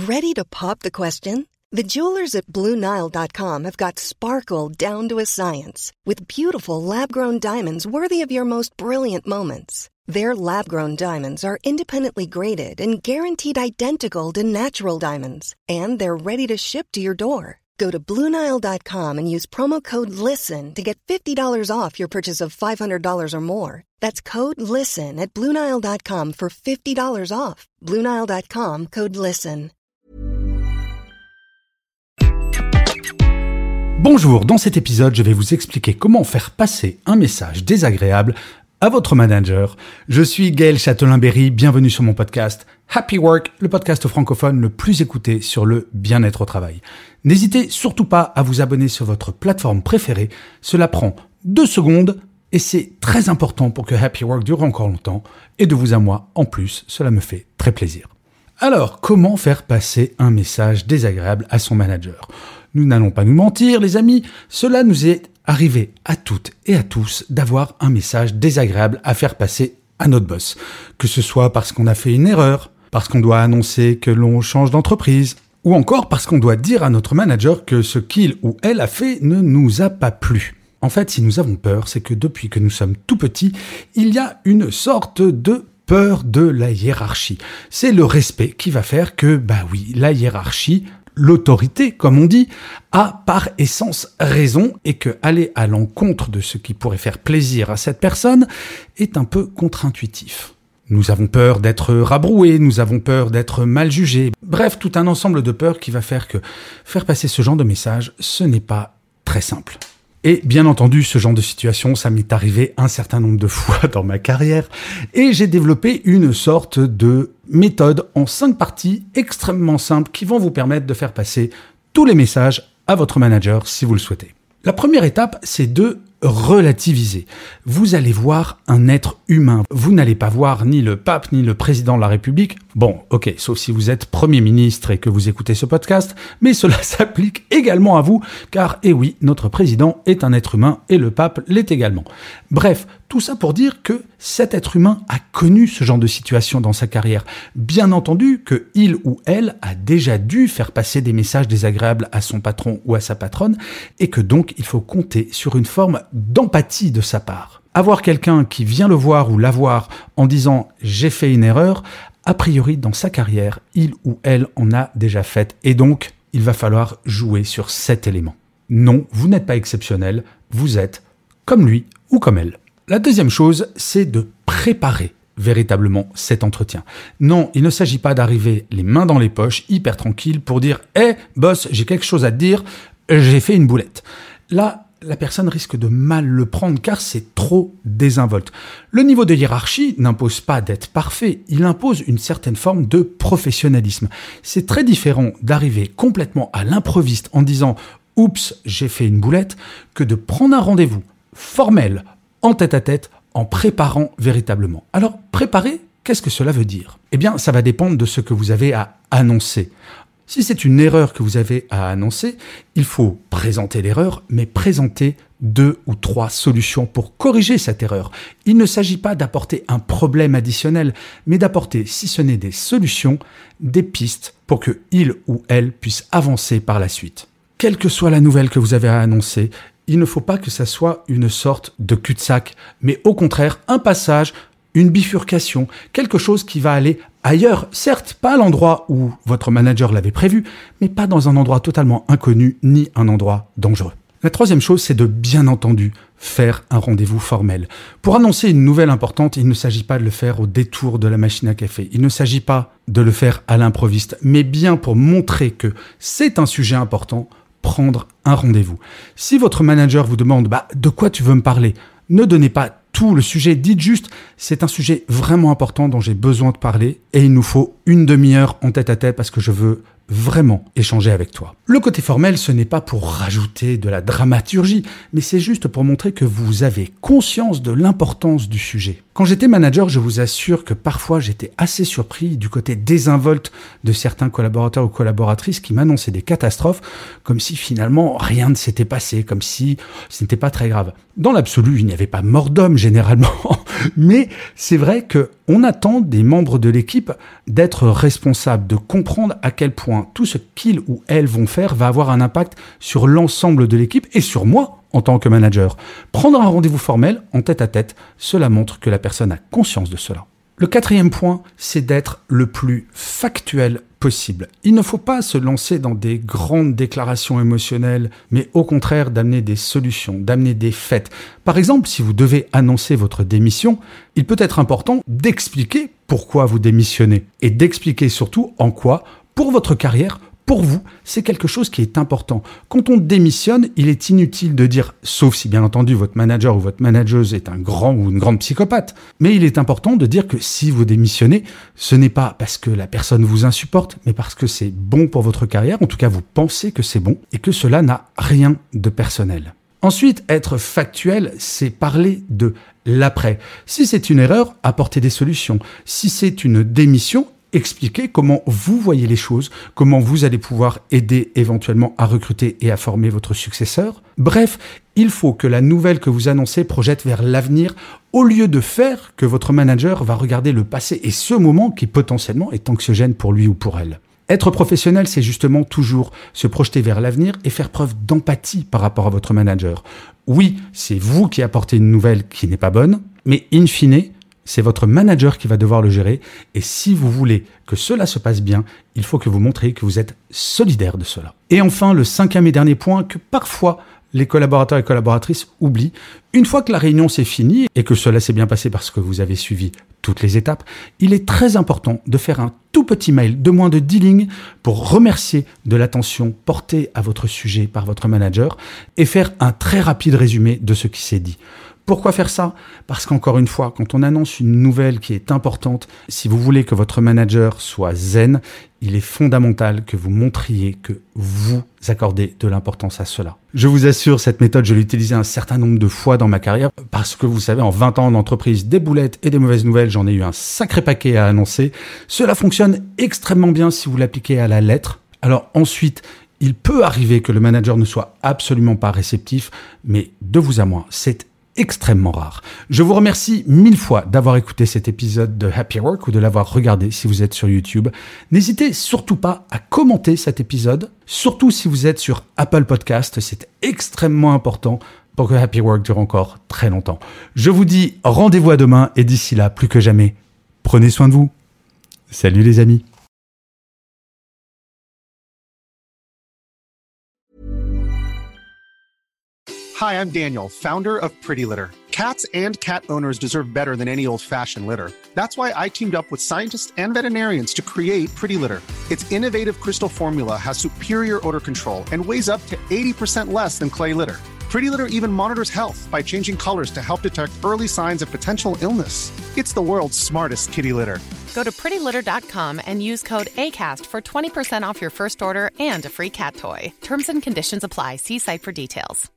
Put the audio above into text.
Ready to pop the question? The jewelers at BlueNile.com have got sparkle down to a science with beautiful lab-grown diamonds worthy of your most brilliant moments. Their lab-grown diamonds are independently graded and guaranteed identical to natural diamonds, and they're ready to ship to your door. Go to BlueNile.com and use promo code LISTEN to get $50 off your purchase of $500 or more. That's code LISTEN at BlueNile.com for $50 off. BlueNile.com, code LISTEN. Bonjour, dans cet épisode, je vais vous expliquer comment faire passer un message désagréable à votre manager. Je suis Gaël Châtelain-Berry, bienvenue sur mon podcast Happy Work, le podcast francophone le plus écouté sur le bien-être au travail. N'hésitez surtout pas à vous abonner sur votre plateforme préférée, cela prend 2 secondes et c'est très important pour que Happy Work dure encore longtemps et de vous à moi en plus, cela me fait très plaisir. Alors, comment faire passer un message désagréable à son manager ? Nous n'allons pas nous mentir, les amis, cela nous est arrivé à toutes et à tous d'avoir un message désagréable à faire passer à notre boss. Que ce soit parce qu'on a fait une erreur, parce qu'on doit annoncer que l'on change d'entreprise, ou encore parce qu'on doit dire à notre manager que ce qu'il ou elle a fait ne nous a pas plu. En fait, si nous avons peur, c'est que depuis que nous sommes tout petits, il y a une sorte de peur de la hiérarchie. C'est le respect qui va faire que, la hiérarchie, l'autorité, comme on dit, a par essence raison et que aller à l'encontre de ce qui pourrait faire plaisir à cette personne est un peu contre-intuitif. Nous avons peur d'être rabroués, nous avons peur d'être mal jugés. Bref, tout un ensemble de peurs qui va faire que faire passer ce genre de message, ce n'est pas très simple. Et bien entendu, ce genre de situation, ça m'est arrivé un certain nombre de fois dans ma carrière et j'ai développé une sorte de méthode en 5 parties extrêmement simples qui vont vous permettre de faire passer tous les messages à votre manager si vous le souhaitez. La première étape, c'est de relativiser. Vous allez voir un être humain. Vous n'allez pas voir ni le pape ni le président de la République. Bon, ok, sauf si vous êtes Premier ministre et que vous écoutez ce podcast, mais cela s'applique également à vous, car, oui, notre président est un être humain et le pape l'est également. Bref, tout ça pour dire que cet être humain a connu ce genre de situation dans sa carrière. Bien entendu que il ou elle a déjà dû faire passer des messages désagréables à son patron ou à sa patronne et que donc il faut compter sur une forme d'empathie de sa part. Avoir quelqu'un qui vient le voir ou la voir en disant « j'ai fait une erreur », a priori dans sa carrière, il ou elle en a déjà fait et donc il va falloir jouer sur cet élément. Non, vous n'êtes pas exceptionnel, vous êtes comme lui ou comme elle. La deuxième chose, c'est de préparer véritablement cet entretien. Non, il ne s'agit pas d'arriver les mains dans les poches, hyper tranquille, pour dire « Hey, boss, j'ai quelque chose à te dire, j'ai fait une boulette ». Là, la personne risque de mal le prendre car c'est trop désinvolte. Le niveau de hiérarchie n'impose pas d'être parfait, il impose une certaine forme de professionnalisme. C'est très différent d'arriver complètement à l'improviste en disant « Oups, j'ai fait une boulette » que de prendre un rendez-vous formel, en tête-à-tête, en préparant véritablement. Alors, préparer, qu'est-ce que cela veut dire ? Eh bien, ça va dépendre de ce que vous avez à annoncer. Si c'est une erreur que vous avez à annoncer, il faut présenter l'erreur, mais présenter 2 ou 3 solutions pour corriger cette erreur. Il ne s'agit pas d'apporter un problème additionnel, mais d'apporter, si ce n'est des solutions, des pistes pour que il ou elle puisse avancer par la suite. Quelle que soit la nouvelle que vous avez à annoncer, il ne faut pas que ça soit une sorte de cul-de-sac, mais au contraire, un passage, une bifurcation, quelque chose qui va aller ailleurs, certes, pas à l'endroit où votre manager l'avait prévu, mais pas dans un endroit totalement inconnu, ni un endroit dangereux. La troisième chose, c'est de bien entendu faire un rendez-vous formel. Pour annoncer une nouvelle importante, il ne s'agit pas de le faire au détour de la machine à café. Il ne s'agit pas de le faire à l'improviste, mais bien pour montrer que c'est un sujet important, prendre un rendez-vous. Si votre manager vous demande de quoi tu veux me parler, ne donnez pas tout le sujet, dites juste c'est un sujet vraiment important dont j'ai besoin de parler et il nous faut 1 demi-heure en tête-à-tête parce que je veux vraiment échanger avec toi. Le côté formel, ce n'est pas pour rajouter de la dramaturgie, mais c'est juste pour montrer que vous avez conscience de l'importance du sujet. Quand j'étais manager, je vous assure que parfois j'étais assez surpris du côté désinvolte de certains collaborateurs ou collaboratrices qui m'annonçaient des catastrophes, comme si finalement rien ne s'était passé, comme si ce n'était pas très grave. Dans l'absolu, il n'y avait pas mort d'homme généralement, Mais c'est vrai qu'on attend des membres de l'équipe d'être responsables, de comprendre à quel point tout ce qu'ils ou elles vont faire va avoir un impact sur l'ensemble de l'équipe et sur moi en tant que manager. Prendre un rendez-vous formel en tête-à-tête, cela montre que la personne a conscience de cela. Le 4e point, c'est d'être le plus factuel possible. Il ne faut pas se lancer dans des grandes déclarations émotionnelles, mais au contraire d'amener des solutions, d'amener des faits. Par exemple, si vous devez annoncer votre démission, il peut être important d'expliquer pourquoi vous démissionnez et d'expliquer surtout en quoi, pour votre carrière, pour vous, c'est quelque chose qui est important. Quand on démissionne, il est inutile de dire, sauf si bien entendu votre manager ou votre manageuse est un grand ou une grande psychopathe, mais il est important de dire que si vous démissionnez, ce n'est pas parce que la personne vous insupporte, mais parce que c'est bon pour votre carrière, en tout cas vous pensez que c'est bon, et que cela n'a rien de personnel. Ensuite, être factuel, c'est parler de l'après. Si c'est une erreur, apporter des solutions. Si c'est une démission, expliquer comment vous voyez les choses, comment vous allez pouvoir aider éventuellement à recruter et à former votre successeur. Bref, il faut que la nouvelle que vous annoncez projette vers l'avenir au lieu de faire que votre manager va regarder le passé et ce moment qui potentiellement est anxiogène pour lui ou pour elle. Être professionnel, c'est justement toujours se projeter vers l'avenir et faire preuve d'empathie par rapport à votre manager. Oui, c'est vous qui apportez une nouvelle qui n'est pas bonne, mais in fine, c'est votre manager qui va devoir le gérer et si vous voulez que cela se passe bien, il faut que vous montriez que vous êtes solidaire de cela. Et enfin, le 5e et dernier point que parfois les collaborateurs et collaboratrices oublient, une fois que la réunion s'est finie et que cela s'est bien passé parce que vous avez suivi toutes les étapes, il est très important de faire un tout petit mail de moins de 10 lignes pour remercier de l'attention portée à votre sujet par votre manager et faire un très rapide résumé de ce qui s'est dit. Pourquoi faire ça ? Parce qu'encore une fois, quand on annonce une nouvelle qui est importante, si vous voulez que votre manager soit zen, il est fondamental que vous montriez que vous accordez de l'importance à cela. Je vous assure, cette méthode, je l'ai utilisée un certain nombre de fois dans ma carrière parce que vous savez, en 20 ans d'entreprise, des boulettes et des mauvaises nouvelles, j'en ai eu un sacré paquet à annoncer. Cela fonctionne extrêmement bien si vous l'appliquez à la lettre. Alors ensuite, il peut arriver que le manager ne soit absolument pas réceptif, mais de vous à moi, c'est extrêmement rare. Je vous remercie 1000 fois d'avoir écouté cet épisode de Happy Work ou de l'avoir regardé si vous êtes sur YouTube. N'hésitez surtout pas à commenter cet épisode, surtout si vous êtes sur Apple Podcast, c'est extrêmement important pour que Happy Work dure encore très longtemps. Je vous dis rendez-vous à demain et d'ici là, plus que jamais, prenez soin de vous. Salut les amis. Hi, I'm Daniel, founder of Pretty Litter. Cats and cat owners deserve better than any old-fashioned litter. That's why I teamed up with scientists and veterinarians to create Pretty Litter. Its innovative crystal formula has superior odor control and weighs up to 80% less than clay litter. Pretty Litter even monitors health by changing colors to help detect early signs of potential illness. It's the world's smartest kitty litter. Go to prettylitter.com and use code ACAST for 20% off your first order and a free cat toy. Terms and conditions apply. See site for details.